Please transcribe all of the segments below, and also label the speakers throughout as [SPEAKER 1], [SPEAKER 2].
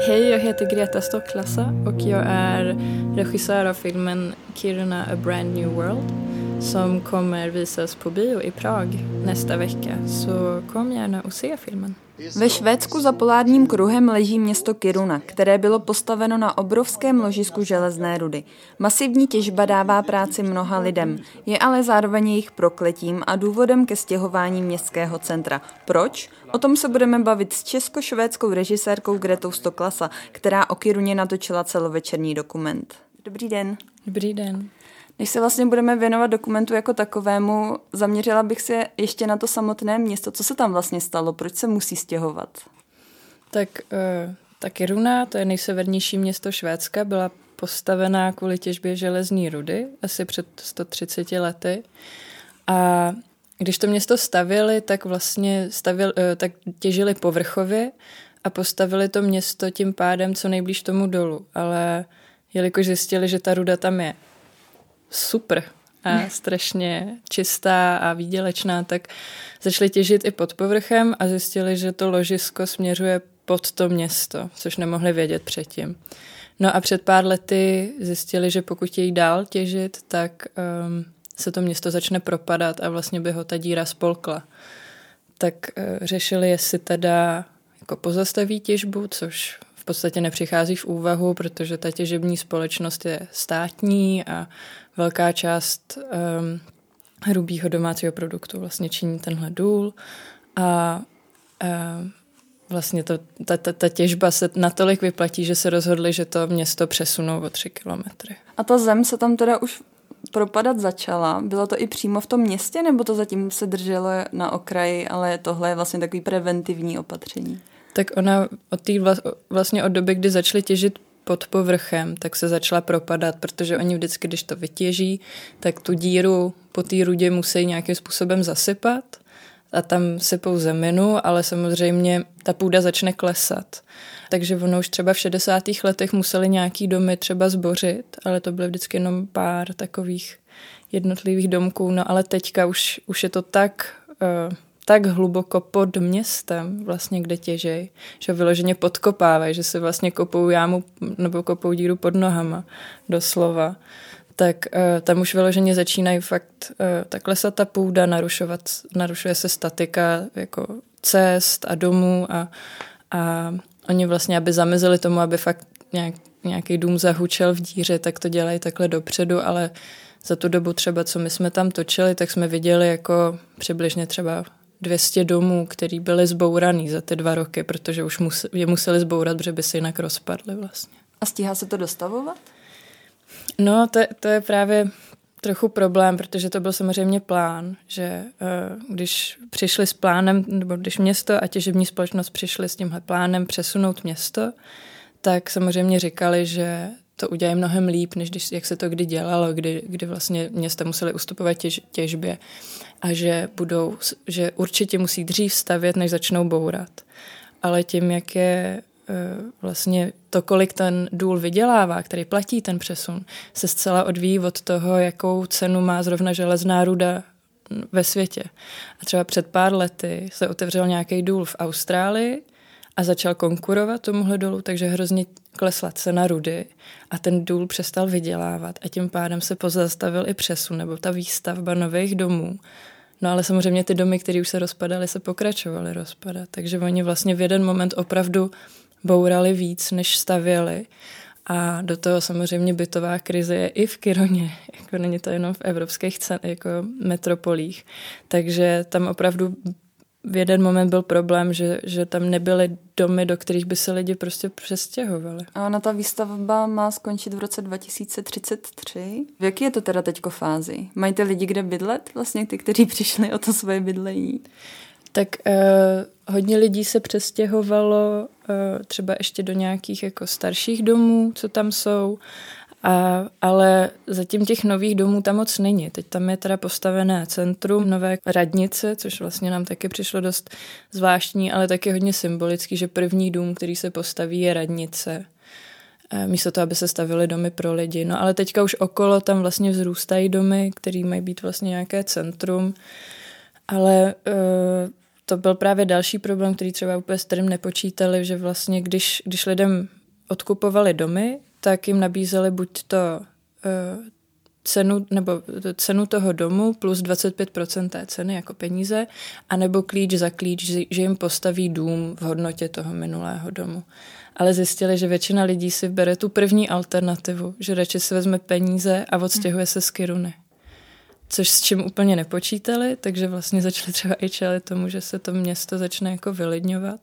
[SPEAKER 1] Hej, jag heter Greta Stocklassa och jag är regissör av filmen Kiruna A Brand New World som kommer visas på bio i Prag nästa vecka, så kom gärna och se filmen.
[SPEAKER 2] Ve Švédsku za polárním kruhem leží město Kiruna, které bylo postaveno na obrovském ložisku železné rudy. Masivní těžba dává práci mnoha lidem, je ale zároveň jejich prokletím a důvodem ke stěhování městského centra. Proč? O tom se budeme bavit s česko-švédskou režisérkou Gretou Stocklassa, která o Kiruně natočila celovečerní dokument. Dobrý den.
[SPEAKER 1] Dobrý den.
[SPEAKER 2] Než se vlastně budeme věnovat dokumentu jako takovému, zaměřila bych se ještě na to samotné město. Co se tam vlastně stalo? Proč se musí stěhovat?
[SPEAKER 1] Tak ta Kiruna, to je nejsevernější město Švédska, byla postavená kvůli těžbě železní rudy asi před 130 lety. A když to město stavěli, tak vlastně tak těžili povrchově a postavili to město tím pádem co nejblíž tomu dolu. Ale jelikož zjistili, že ta ruda tam je super a strašně čistá a výdělečná, tak začali těžit i pod povrchem a zjistili, že to ložisko směřuje pod to město, což nemohli vědět předtím. No a před pár lety zjistili, že pokud chtějí dál těžit, tak se to město začne propadat a vlastně by ho ta díra spolkla. Tak řešili, jestli teda jako pozastaví těžbu, což v podstatě nepřichází v úvahu, protože ta těžební společnost je státní a velká část hrubého domácího produktu vlastně činí tenhle důl a vlastně ta těžba se natolik vyplatí, že se rozhodli, že to město přesunou o 3 kilometry.
[SPEAKER 2] A ta zem se tam teda už propadat začala. Bylo to i přímo v tom městě, nebo to zatím se drželo na okraji, ale tohle je vlastně takový preventivní opatření?
[SPEAKER 1] Tak ona vlastně od doby, kdy začali těžit pod povrchem, tak se začala propadat, protože oni vždycky, když to vytěží, tak tu díru po té rudě musí nějakým způsobem zasypat a tam sypou zeminu, ale samozřejmě ta půda začne klesat. Takže ono už třeba v 60. letech museli nějaký domy třeba zbořit, ale to bylo vždycky jenom pár takových jednotlivých domků, no ale teďka už je to tak hluboko pod městem, vlastně, kde těžej, že vyloženě podkopávají, že se vlastně kopou jámu nebo kopou díru pod nohama, doslova. Tak tam už vyloženě začínají fakt tak klesat ta půda, narušuje se statika jako cest a domů a oni vlastně, aby zamezili tomu, aby fakt nějaký dům zahučel v díře, tak to dělají takhle dopředu, ale za tu dobu třeba, co my jsme tam točili, tak jsme viděli jako přibližně třeba 200 domů, který byly zbouraný za ty 2 roky, protože už je museli zbourat, protože by se jinak rozpadly vlastně.
[SPEAKER 2] A stíhá se to dostavovat?
[SPEAKER 1] No, to je právě trochu problém, protože to byl samozřejmě plán, že když přišli s plánem, nebo když město a těžební společnost přišli s tímhle plánem přesunout město, tak samozřejmě říkali, že to udělají mnohem líp, než jak se to kdy dělalo, kdy vlastně města museli ustupovat těžbě a že určitě musí dřív stavět, než začnou bourat. Ale tím, jak je vlastně to, kolik ten důl vydělává, který platí ten přesun, se zcela odvíjí od toho, jakou cenu má zrovna železná ruda ve světě. A třeba před pár lety se otevřel nějaký důl v Austrálii a začal konkurovat tomuhle dolu, takže hrozně klesla cena rudy a ten důl přestal vydělávat a tím pádem se pozastavil i přesun nebo ta výstavba nových domů. No ale samozřejmě ty domy, které už se rozpadaly, se pokračovaly rozpadat, takže oni vlastně v jeden moment opravdu bourali víc, než stavěli. A do toho samozřejmě bytová krize je i v Kiruně, jako není to jenom v evropských jako metropolích. Takže tam opravdu v jeden moment byl problém, že tam nebyly domy, do kterých by se lidi prostě přestěhovali.
[SPEAKER 2] A ona ta výstavba má skončit v roce 2033. V jaký je to teda teďko fázi? Mají ty lidi kde bydlet? Vlastně ty, kteří přišli o to svoje bydlení?
[SPEAKER 1] Tak hodně lidí se přestěhovalo třeba ještě do nějakých jako starších domů, co tam jsou, ale zatím těch nových domů tam moc není. Teď tam je teda postavené centrum, nové radnice, což vlastně nám taky přišlo dost zvláštní, ale taky hodně symbolický, že první dům, který se postaví, je radnice. Místo toho, aby se stavily domy pro lidi. No ale teďka už okolo tam vlastně vzrůstají domy, které mají být vlastně nějaké centrum, ale to byl právě další problém, který třeba úplně s kterým nepočítali, že vlastně když lidem odkupovali domy, tak jim nabízeli buď to cenu toho domu plus 25% té ceny jako peníze, anebo klíč za klíč, že jim postaví dům v hodnotě toho minulého domu. Ale zjistili, že většina lidí si bere tu první alternativu, že radši si vezme peníze a odstěhuje se z Kiruny. Což s čím úplně nepočítali, takže vlastně začali třeba i čelit tomu, že se to město začne jako vylidňovat.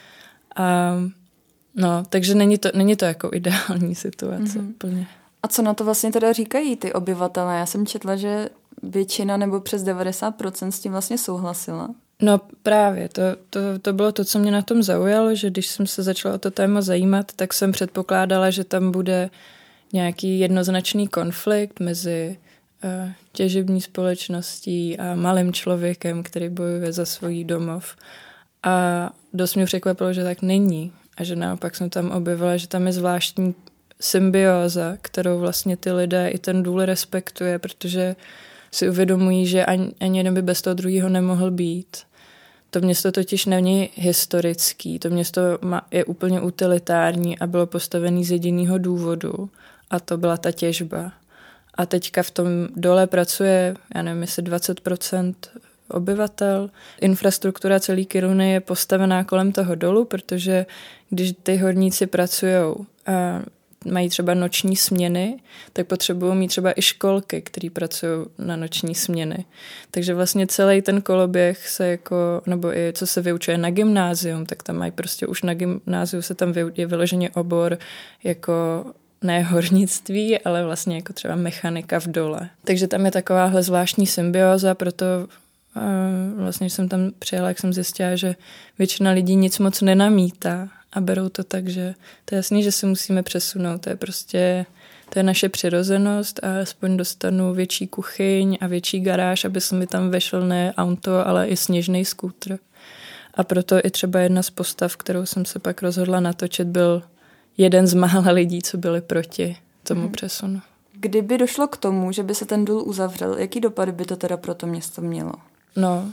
[SPEAKER 1] A no, takže není to jako ideální situace úplně.
[SPEAKER 2] A co na to vlastně teda říkají ty obyvatelé? Já jsem četla, že většina nebo přes 90% s tím vlastně souhlasila.
[SPEAKER 1] No právě, to bylo to, co mě na tom zaujalo, že když jsem se začala o to téma zajímat, tak jsem předpokládala, že tam bude nějaký jednoznačný konflikt mezi těžební společností a malým člověkem, který bojuje za svůj domov. A dost mě překvapilo, že tak není. A že naopak jsem tam objevila, že tam je zvláštní symbióza, kterou vlastně ty lidé i ten důl respektuje, protože si uvědomují, že ani jeden by bez toho druhého nemohl být. To město totiž není historický, to město je úplně utilitární a bylo postavené z jediného důvodu a to byla ta těžba. A teďka v tom dole pracuje, já nevím, jestli 20% obyvatel. Infrastruktura celé Kiruny je postavená kolem toho dolu, protože když ty horníci pracujou a mají třeba noční směny, tak potřebují mít třeba i školky, které pracují na noční směny. Takže vlastně celý ten koloběh se jako, nebo i co se vyučuje na gymnázium, tak tam mají prostě už na gymnáziu se tam je vyloženě obor jako ne hornictví, ale vlastně jako třeba mechanika v dole. Takže tam je takováhle zvláštní symbióza, proto vlastně, když jsem tam přijela, jak jsem zjistila, že většina lidí nic moc nenamítá a berou to tak, že to je jasný, že se musíme přesunout, to je naše přirozenost a aspoň dostanu větší kuchyň a větší garáž, aby se mi tam vešel ne auto, ale i sněžný skútr. A proto i třeba jedna z postav, kterou jsem se pak rozhodla natočit, byl jeden z mála lidí, co byli proti tomu přesunu.
[SPEAKER 2] Kdyby došlo k tomu, že by se ten důl uzavřel, jaký dopady by to teda pro to město mělo?
[SPEAKER 1] No,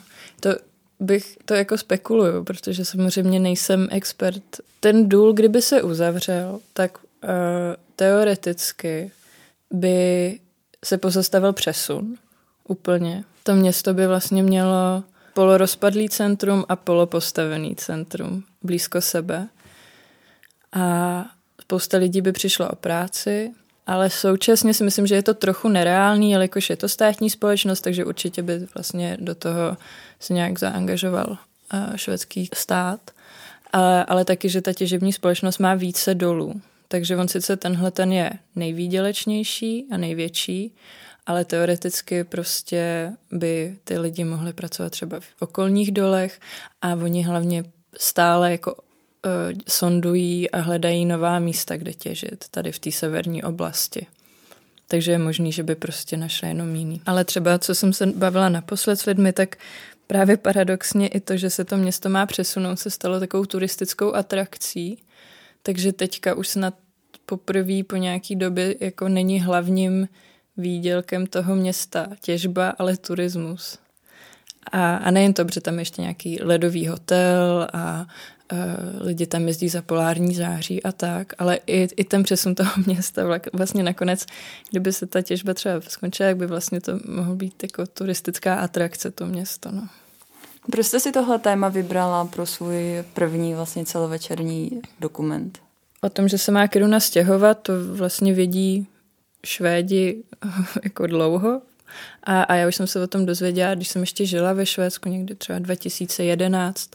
[SPEAKER 1] to jako spekuluju, protože samozřejmě nejsem expert. Ten důl, kdyby se uzavřel, tak teoreticky by se pozastavil přesun úplně. To město by vlastně mělo polorozpadlý centrum a polopostavený centrum blízko sebe. A spousta lidí by přišlo o práci, ale současně si myslím, že je to trochu nereálný, jelikož je to státní společnost, takže určitě by vlastně do toho se nějak zaangažoval švédský stát. Ale taky, že ta těžební společnost má více dolů. Takže on sice ten je nejvýdělečnější a největší, ale teoreticky prostě by ty lidi mohli pracovat třeba v okolních dolech a oni hlavně stále jako sondují a hledají nová místa, kde těžit, tady v té severní oblasti. Takže je možný, že by prostě našli jenom jiný. Ale třeba, co jsem se bavila naposled s lidmi, tak právě paradoxně i to, že se to město má přesunout, se stalo takovou turistickou atrakcí. Takže teďka už snad poprvé po nějaký době jako není hlavním výdělkem toho města těžba, ale turismus. A nejen to, protože tam je ještě nějaký ledový hotel a lidi tam jezdí za polární září a tak, ale i ten přesun toho města vlastně nakonec, kdyby se ta těžba třeba skončila, tak by vlastně to mohlo být jako turistická atrakce to město. No.
[SPEAKER 2] Proč jste si tohle téma vybrala pro svůj první vlastně celovečerní dokument?
[SPEAKER 1] O tom, že se má Kiruna stěhovat, to vlastně vědí Švédi jako dlouho. A já už jsem se o tom dozvěděla, když jsem ještě žila ve Švédsku někdy třeba 2011.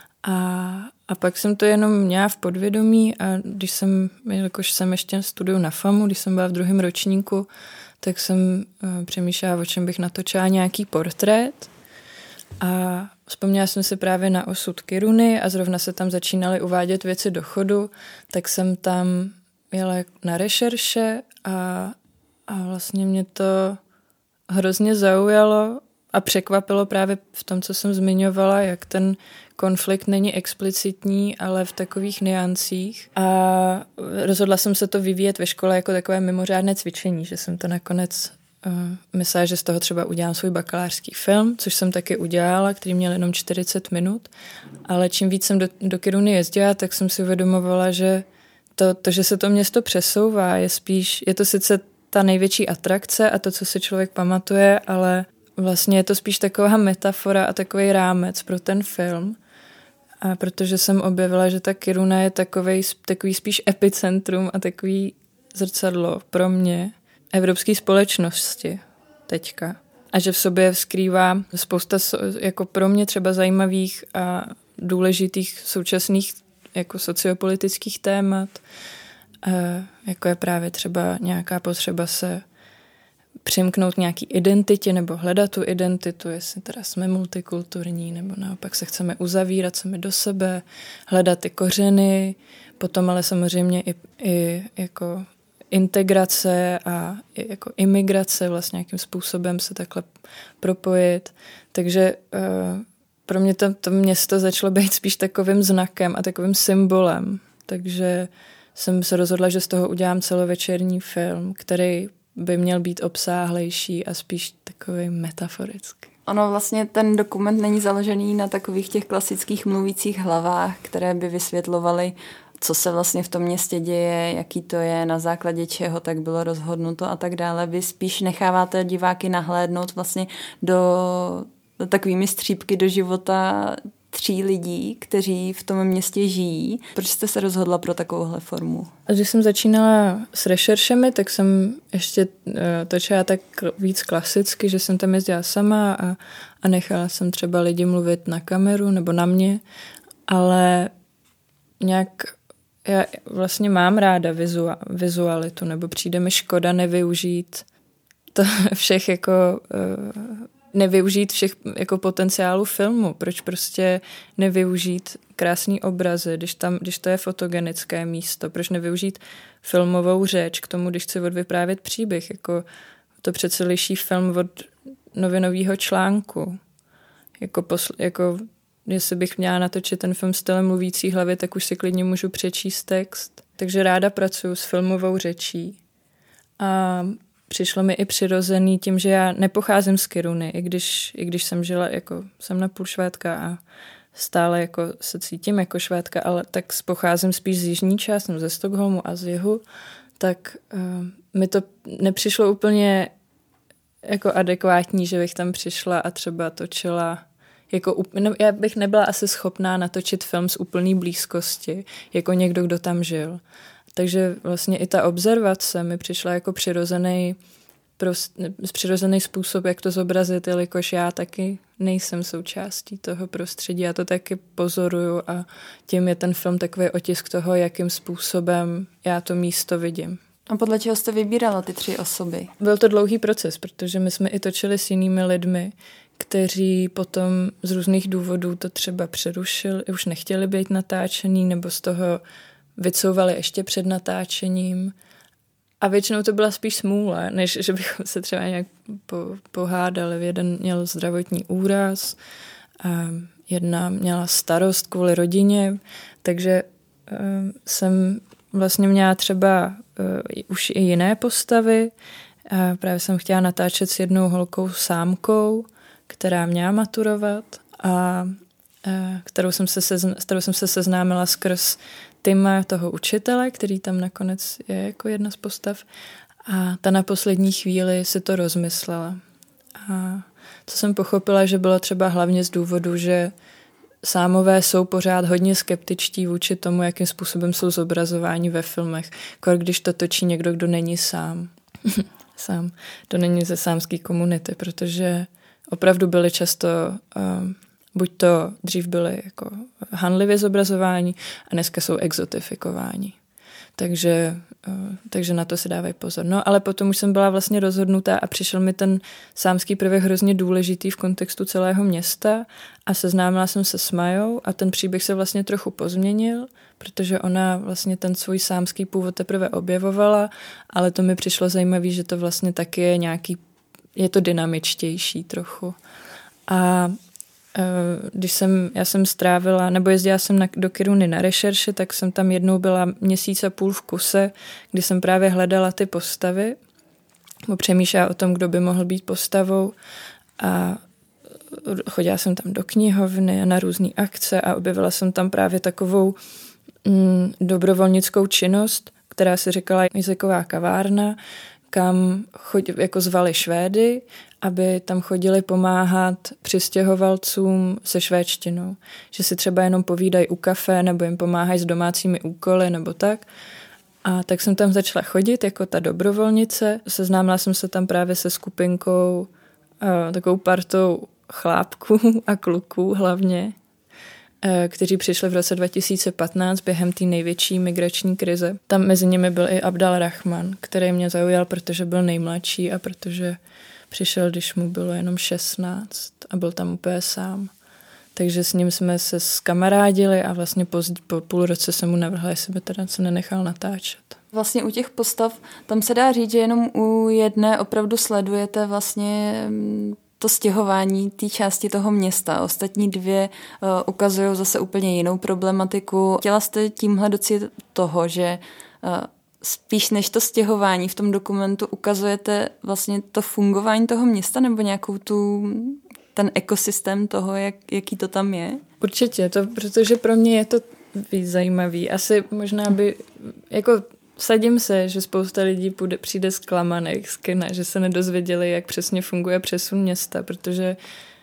[SPEAKER 1] A pak jsem to jenom měla v podvědomí a jelikož jsem ještě studuju na FAMu, když jsem byla v 2. ročníku, tak jsem přemýšlela, o čem bych natočila nějaký portrét. A vzpomněla jsem si právě na osud Kiruny a zrovna se tam začínaly uvádět věci do chodu, tak jsem tam jela na rešerše a vlastně mě to hrozně zaujalo a překvapilo právě v tom, co jsem zmiňovala, jak ten konflikt není explicitní, ale v takových nuancích. A rozhodla jsem se to vyvíjet ve škole jako takové mimořádné cvičení, že jsem to nakonec myslela, že z toho třeba udělám svůj bakalářský film, což jsem taky udělala, který měl jenom 40 minut. Ale čím víc jsem do Kiruny jezdila, tak jsem si uvědomovala, že to, že se to město přesouvá, je to sice ta největší atrakce a to, co si člověk pamatuje, ale vlastně je to spíš taková metafora a takový rámec pro ten film. A protože jsem objevila, že ta Kiruna je takový spíš epicentrum a takový zrcadlo pro mě evropské společnosti teďka. A že v sobě skrývá spousta jako pro mě třeba zajímavých a důležitých současných jako sociopolitických témat, jako je právě třeba nějaká potřeba se přimknout k nějaký identitě nebo hledat tu identitu, jestli teda jsme multikulturní nebo naopak se chceme uzavírat sami do sebe, hledat ty kořeny, potom ale samozřejmě i jako integrace a i jako imigrace, vlastně nějakým způsobem se takhle propojit. Takže pro mě to město začalo být spíš takovým znakem a takovým symbolem. Takže jsem se rozhodla, že z toho udělám celovečerní film, který by měl být obsáhlejší a spíš takový metaforický.
[SPEAKER 2] Ono vlastně ten dokument není založený na takových těch klasických mluvících hlavách, které by vysvětlovaly, co se vlastně v tom městě děje, jaký to je, na základě čeho tak bylo rozhodnuto a tak dále. Vy spíš necháváte diváky nahlédnout vlastně do takovými střípky do života 3 lidí, kteří v tom městě žijí. Proč jste se rozhodla pro takovouhle formu?
[SPEAKER 1] A když jsem začínala s rešeršemi, tak jsem ještě točila tak víc klasicky, že jsem tam jezdila sama a nechala jsem třeba lidi mluvit na kameru nebo na mě, ale nějak já vlastně mám ráda vizualitu, nebo přijde mi škoda nevyužít to všech jako nevyužít všech jako potenciálu filmu. Proč prostě nevyužít krásný obrazy, když to je fotogenické místo? Proč nevyužít filmovou řeč k tomu, když chci odvyprávět příběh? Jako to přece liší film od novinového článku. Jako jestli bych měla natočit ten film stylem mluvící hlavy, tak už si klidně můžu přečíst text. Takže ráda pracuji s filmovou řečí. A přišlo mi i přirozený tím, že já nepocházím z Kiruny, i když jsem žila, jako jsem napůl Švédka a stále jako se cítím jako Švédka, ale tak pocházím spíš z jižní části, ze Stockholmu a z jihu, tak mi to nepřišlo úplně jako adekvátní, že bych tam přišla a třeba točila jako, já bych nebyla asi schopná natočit film z úplné blízkosti, jako někdo, kdo tam žil. Takže vlastně i ta observace mi přišla jako přirozený způsob, jak to zobrazit, jelikož já taky nejsem součástí toho prostředí. Já to taky pozoruju a tím je ten film takový otisk toho, jakým způsobem já to místo vidím.
[SPEAKER 2] A podle čeho jste vybírala ty 3 osoby?
[SPEAKER 1] Byl to dlouhý proces, protože my jsme i točili s jinými lidmi, kteří potom z různých důvodů to třeba přerušili, už nechtěli být natáčený, nebo z toho vycouvali ještě před natáčením. A většinou to byla spíš smůla, než že bychom se třeba nějak pohádali. Jeden měl zdravotní úraz, a jedna měla starost kvůli rodině, takže jsem vlastně měla třeba už i jiné postavy. A právě jsem chtěla natáčet s jednou holkou sámkou, která měla maturovat a kterou jsem se seznámila skrz Tima, toho učitele, který tam nakonec je jako jedna z postav. A ta na poslední chvíli si to rozmyslela. A co jsem pochopila, že bylo třeba hlavně z důvodu, že sámové jsou pořád hodně skeptičtí vůči tomu, jakým způsobem jsou zobrazováni ve filmech. Když to točí někdo, kdo není sám. To není ze sámské komunity, protože opravdu byly často buď to dřív byly jako hanlivě zobrazováni a dneska jsou exotifikováni. Takže na to si dávají pozor. No ale potom už jsem byla vlastně rozhodnutá a přišel mi ten sámský prvek hrozně důležitý v kontextu celého města a seznámila jsem se s Majou a ten příběh se vlastně trochu pozměnil, protože ona vlastně ten svůj sámský původ teprve objevovala, ale to mi přišlo zajímavé, že to vlastně taky je to dynamičtější trochu. A já jsem strávila, nebo jezdila jsem do Kiruny na rešerši, tak jsem tam jednou byla 1,5 měsíce v kuse, kdy jsem právě hledala ty postavy, přemýšlela o tom, kdo by mohl být postavou a chodila jsem tam do knihovny a na různé akce a objevila jsem tam právě takovou dobrovolnickou činnost, která se říkala jazyková kavárna, kam jako zvali Švédy, aby tam chodili pomáhat přistěhovalcům se švédštinou. Že si třeba jenom povídají u kafe nebo jim pomáhají s domácími úkoly nebo tak. A tak jsem tam začala chodit jako ta dobrovolnice. Seznámila jsem se tam právě se skupinkou, takovou partou chlápků a kluků hlavně, kteří přišli v roce 2015 během té největší migrační krize. Tam mezi nimi byl i Abdal Rahman, který mě zaujal, protože byl nejmladší a protože přišel, když mu bylo jenom 16 a byl tam úplně sám. Takže s ním jsme se zkamarádili a vlastně po půl roce jsem mu navrhla, jestli by teda se nenechal natáčet.
[SPEAKER 2] Vlastně u těch postav, tam se dá říct, že jenom u jedné opravdu sledujete vlastně to stěhování té části toho města. Ostatní dvě ukazují zase úplně jinou problematiku. Chtěla jste tímhle docílit toho, že spíš než to stěhování v tom dokumentu ukazujete vlastně to fungování toho města nebo nějakou ten ekosystém toho, jaký to tam je?
[SPEAKER 1] Určitě, protože pro mě je to víc zajímavý. Asi možná by, jako vsadím se, že spousta lidí přijde zklamaných z kina, že se nedozvěděli, jak přesně funguje přesun města, protože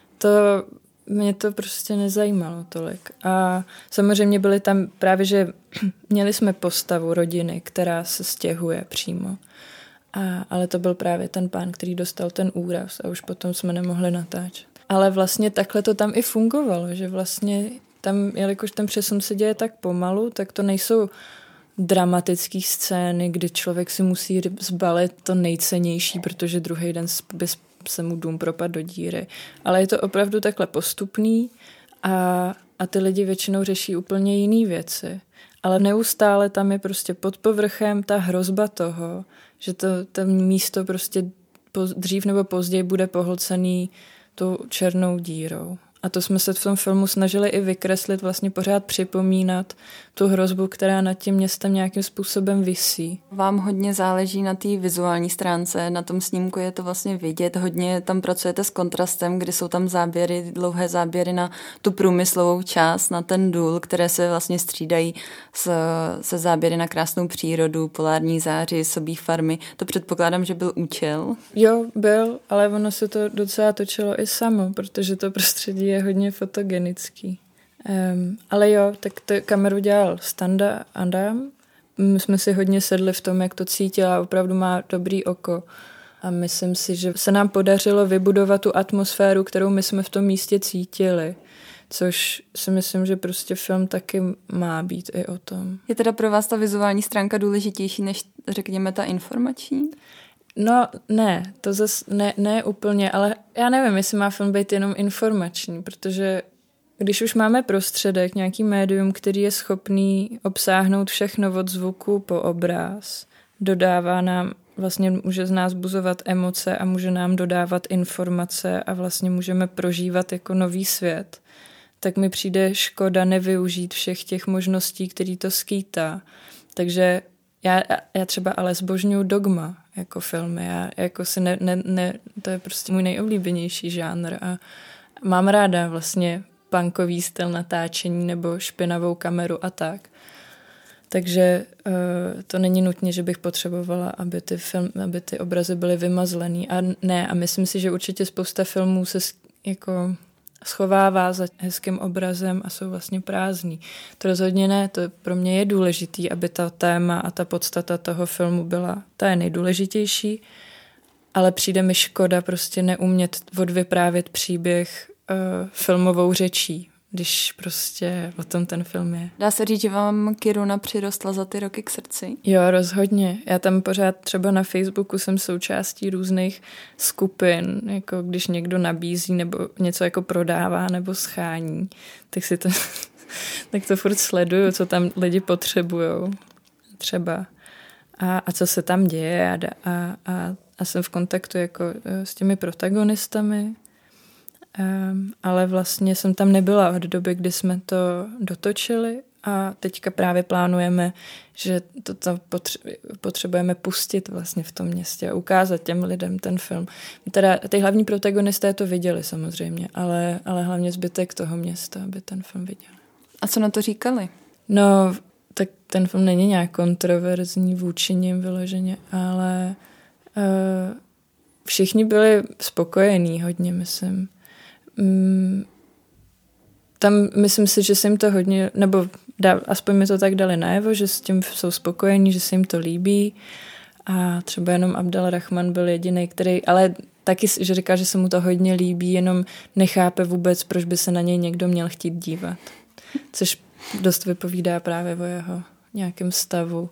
[SPEAKER 1] mě to prostě nezajímalo tolik. A samozřejmě byly tam právě, že měli jsme postavu rodiny, která se stěhuje přímo. Ale to byl právě ten pán, který dostal ten úraz a už potom jsme nemohli natáčet. Ale vlastně takhle to tam i fungovalo, že vlastně tam, jelikož ten přesun se děje tak pomalu, tak to nejsou dramatické scény, kdy člověk si musí zbalit to nejcennější, protože druhý den by se mu dům propadl do díry. Ale je to opravdu takhle postupný a ty lidi většinou řeší úplně jiné věci. Ale neustále tam je prostě pod povrchem ta hrozba toho, že to místo prostě dřív nebo později bude pohlcený tou černou dírou. A to jsme se v tom filmu snažili i vykreslit, vlastně pořád připomínat tu hrozbu, která nad tím městem nějakým způsobem visí.
[SPEAKER 2] Vám hodně záleží na té vizuální stránce, na tom snímku je to vlastně vidět, hodně tam pracujete s kontrastem, kdy jsou tam záběry, dlouhé záběry na tu průmyslovou část, na ten důl, které se vlastně střídají se záběry na krásnou přírodu, polární záři, sobí farmy. To předpokládám, že byl účel.
[SPEAKER 1] Jo, byl, ale ono se to docela točilo i samo, protože to prostředí je hodně fotogenický. Ale jo, tak to kameru dělal Standa Adam. My jsme si hodně sedli v tom, jak to cítila, opravdu má dobrý oko. A myslím si, že se nám podařilo vybudovat tu atmosféru, kterou my jsme v tom místě cítili. Což si myslím, že prostě film taky má být i o tom.
[SPEAKER 2] Je teda pro vás ta vizuální stránka důležitější než, řekněme, ta informační?
[SPEAKER 1] No ne, to zase ne úplně, ale já nevím, jestli má film být jenom informační, protože když už máme prostředek, nějaký médium, který je schopný obsáhnout všechno od zvuku po obraz, dodává nám, vlastně může z nás buzovat emoce a může nám dodávat informace a vlastně můžeme prožívat jako nový svět, tak mi přijde škoda nevyužít všech těch možností, který to skýtá. Takže já třeba ale zbožňuju Dogma jako filmy. Já jako si to je prostě můj nejoblíbenější žánr a mám ráda vlastně punkový styl natáčení nebo špinavou kameru a tak. Takže to není nutně, že bych potřebovala, aby ty obrazy byly vymazlený. A myslím si, že určitě spousta filmů se jako schovává za hezkým obrazem a jsou vlastně prázdný. To rozhodně ne, to pro mě je důležitý, aby ta téma a ta podstata toho filmu byla, ta je nejdůležitější, ale přijde mi škoda prostě neumět odvyprávět příběh filmovou řečí, když prostě o tom ten film je.
[SPEAKER 2] Dá se říct, že vám Kiruna přirostla za ty roky k srdci?
[SPEAKER 1] Jo, rozhodně. Já tam pořád třeba na Facebooku jsem součástí různých skupin, jako když někdo nabízí nebo něco jako prodává nebo schání, tak to furt sleduju, co tam lidi potřebujou třeba a co se tam děje a jsem v kontaktu jako s těmi protagonistami. Ale vlastně jsem tam nebyla od doby, kdy jsme to dotočili a teďka právě plánujeme, že to potřebujeme pustit vlastně v tom městě a ukázat těm lidem ten film. Teda ty hlavní protagonisté to viděli samozřejmě, ale hlavně zbytek toho města, aby ten film viděli.
[SPEAKER 2] A co na to říkali?
[SPEAKER 1] No, tak ten film není nějak kontroverzní vůči nim vyloženě, ale všichni byli spokojení hodně, myslím. Tam myslím si, že se jim to hodně, nebo aspoň mi to tak dali najevo, že s tím jsou spokojení, že se jim to líbí a třeba jenom Abdel Rahman byl jediný, který, ale taky, že říká, že se mu to hodně líbí, jenom nechápe vůbec, proč by se na něj někdo měl chtít dívat. Což dost vypovídá právě o jeho nějakém stavu.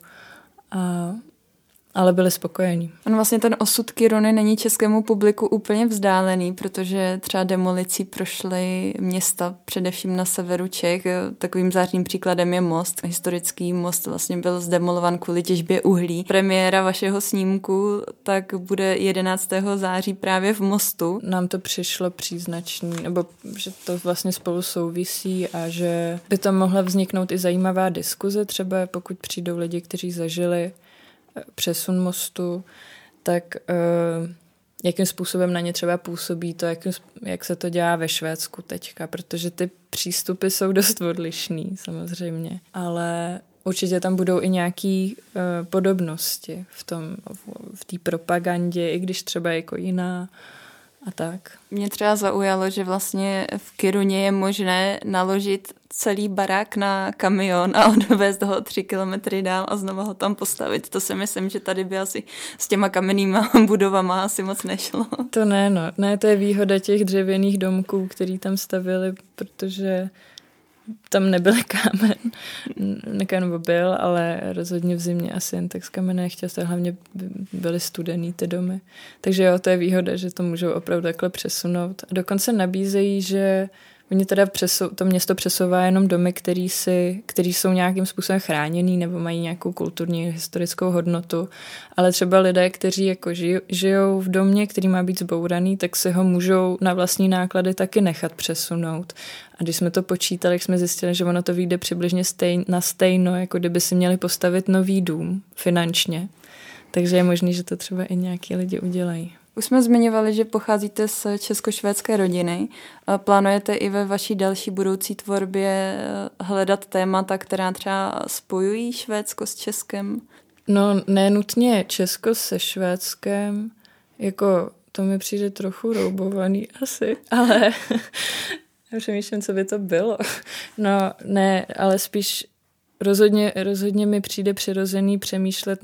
[SPEAKER 1] Ale byli spokojení.
[SPEAKER 2] On vlastně ten osud Kiruny není českému publiku úplně vzdálený, protože třeba demolicí prošly města, především na severu Čech. Takovým zářným příkladem je Most. Historický most vlastně byl zdemolovan kvůli těžbě uhlí. Premiéra vašeho snímku tak bude 11. září právě v Mostu.
[SPEAKER 1] Nám to přišlo příznačný, nebo že to vlastně spolu souvisí a že by tam mohla vzniknout i zajímavá diskuze, třeba pokud přijdou lidi, kteří zažili přesun mostu, tak jakým způsobem na ně třeba působí to, jak se to dělá ve Švédsku teďka, protože ty přístupy jsou dost odlišný samozřejmě, ale určitě tam budou i nějaké podobnosti v té propagandě, i když třeba jako jiná a tak.
[SPEAKER 2] Mě třeba zaujalo, že vlastně v Kiruně je možné naložit celý barák na kamion a odvést ho 3 kilometry dál a znovu ho tam postavit. To si myslím, že tady by asi s těma kamennýma budovama asi moc nešlo.
[SPEAKER 1] To ne, no. Ne, to je výhoda těch dřevěných domků, který tam stavili, protože tam nebyl kámen. Nebo byl, ale rozhodně v zimě asi jen tak z kamene chtěl, hlavně byly studený ty domy. Takže jo, to je výhoda, že to můžou opravdu takhle přesunout. A dokonce nabízejí, že oni teda to město přesouvá jenom domy, který jsou nějakým způsobem chráněný nebo mají nějakou kulturní historickou hodnotu, ale třeba lidé, kteří jako žijou v domě, který má být zbouraný, tak si ho můžou na vlastní náklady taky nechat přesunout. A když jsme to počítali, jsme zjistili, že ono to vyjde přibližně na stejno, jako kdyby si měli postavit nový dům finančně. Takže je možné, že to třeba i nějaký lidi udělají.
[SPEAKER 2] Už jsme zmiňovali, že pocházíte z česko-švédské rodiny. Plánujete i ve vaší další budoucí tvorbě hledat témata, která třeba spojují Švédsko s Českem?
[SPEAKER 1] No, ne nutně Česko se Švédskem, jako to mi přijde trochu roubovaný asi, ale přemýšlím, co by to bylo. No, ne, ale spíš rozhodně mi přijde přirozený přemýšlet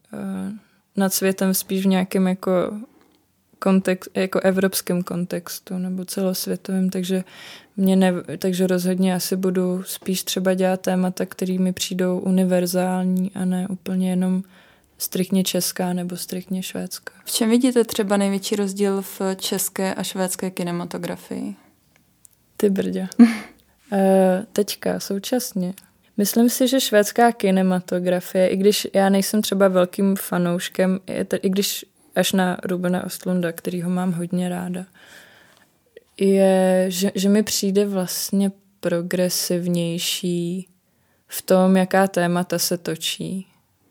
[SPEAKER 1] nad světem spíš v nějakém jako evropském kontextu nebo celosvětovém, takže rozhodně asi budu spíš třeba dělat témata, které mi přijdou univerzální a ne úplně jenom striktně česká nebo striktně švédská.
[SPEAKER 2] V čem vidíte třeba největší rozdíl v české a švédské kinematografii?
[SPEAKER 1] Ty brdě. Teďka, současně. Myslím si, že švédská kinematografie, i když já nejsem třeba velkým fanouškem, i když až na Rubena Östlunda, kterýho mám hodně ráda, je, že mi přijde vlastně progresivnější v tom, jaká témata se točí.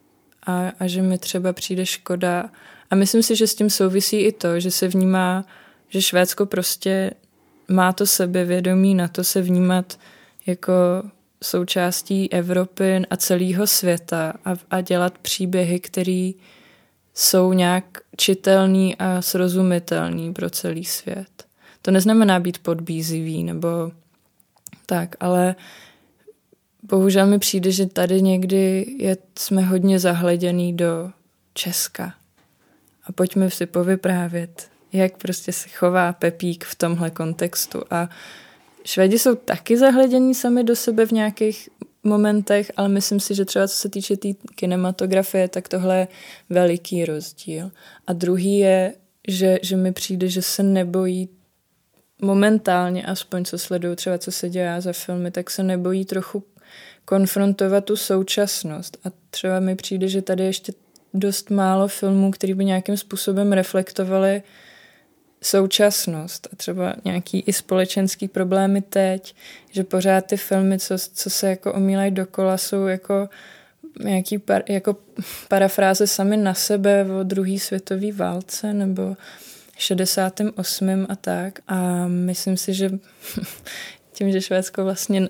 [SPEAKER 1] A že mi třeba přijde škoda. A myslím si, že s tím souvisí i to, že se vnímá, že Švédsko prostě má to sebevědomí na to se vnímat jako součástí Evropy a celého světa a dělat příběhy, které jsou nějak čitelný a srozumitelný pro celý svět. To neznamená být podbízivý nebo tak, ale bohužel mi přijde, že tady někdy jsme hodně zahleděný do Česka. A pojďme si povyprávět, jak prostě se chová Pepík v tomhle kontextu. A Švédi jsou taky zahledění sami do sebe v nějakých momentech, ale myslím si, že třeba co se týče té kinematografie, tak tohle je veliký rozdíl. A druhý je, že mi přijde, že se nebojí momentálně, aspoň co sleduju, třeba co se dělá za filmy, tak se nebojí trochu konfrontovat tu současnost. A třeba mi přijde, že tady ještě dost málo filmů, který by nějakým způsobem reflektovaly současnost a třeba nějaký i společenský problémy teď, že pořád ty filmy, co se jako omílají dokola, jsou jako nějaký jako parafráze sami na sebe o druhé světové válce nebo 68. a tak. A myslím si, že tím, že Švédsko vlastně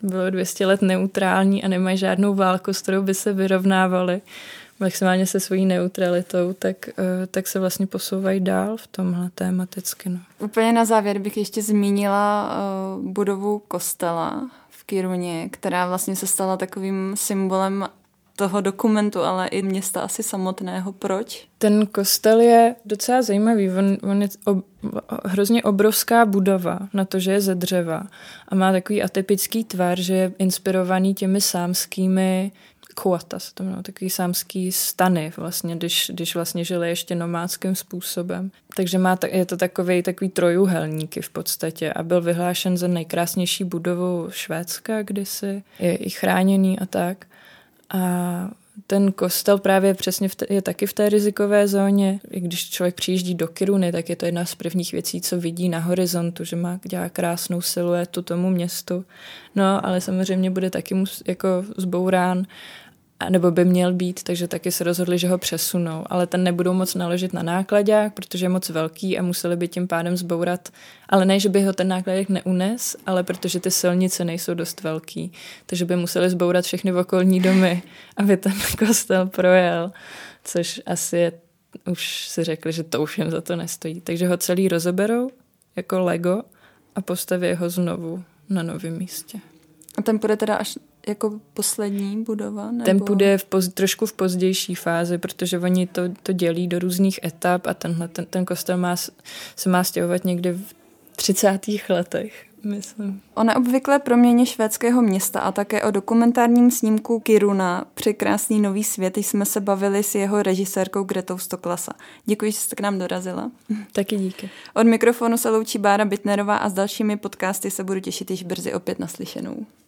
[SPEAKER 1] bylo 200 let neutrální a nemají žádnou válku, s kterou by se vyrovnávali maximálně se svojí neutralitou, tak se vlastně posouvají dál v tomhle tématicky. No.
[SPEAKER 2] Úplně na závěr bych ještě zmínila budovu kostela v Kiruně, která vlastně se stala takovým symbolem toho dokumentu, ale i města asi samotného. Proč?
[SPEAKER 1] Ten kostel je docela zajímavý. On je hrozně obrovská budova na to, že je ze dřeva a má takový atypický tvar, že je inspirovaný těmi sámskými kuata, se to jmenuje, takový sámský stany, vlastně, když vlastně žili ještě nomádským způsobem. Takže je to takový trojúhelníky v podstatě a byl vyhlášen za nejkrásnější budovu Švédska kdysi, je i chráněný a tak. A ten kostel právě přesně je taky v té rizikové zóně. I když člověk přijíždí do Kiruny, tak je to jedna z prvních věcí, co vidí na horizontu, že dělá krásnou siluetu tomu městu. No, ale samozřejmě bude taky jako zbourán, nebo by měl být, takže taky se rozhodli, že ho přesunou. Ale ten nebudou moc naložit na nákladák, protože je moc velký a museli by tím pádem zbourat. Ale ne, že by ho ten nákladák neunes, ale protože ty silnice nejsou dost velký. Takže by museli zbourat všechny okolní domy, aby ten kostel projel. Což asi je, už si řekli, že to už jim za to nestojí. Takže ho celý rozeberou jako Lego a postaví ho znovu na novém místě.
[SPEAKER 2] A ten půjde teda až jako poslední budova? Nebo?
[SPEAKER 1] Ten půjde trošku v pozdější fázi, protože oni to dělí do různých etap a ten kostel se má stěhovat někdy v 30. letech, myslím.
[SPEAKER 2] O neobvyklé proměně švédského města a také o dokumentárním snímku Kiruna Překrásný nový svět jsme se bavili s jeho režisérkou Gretou Stoklasa. Děkuji, že jste k nám dorazila.
[SPEAKER 1] Taky díky.
[SPEAKER 2] Od mikrofonu se loučí Bára Bitnerová a s dalšími podcasty se budu těšit již brzy opět naslyšenou.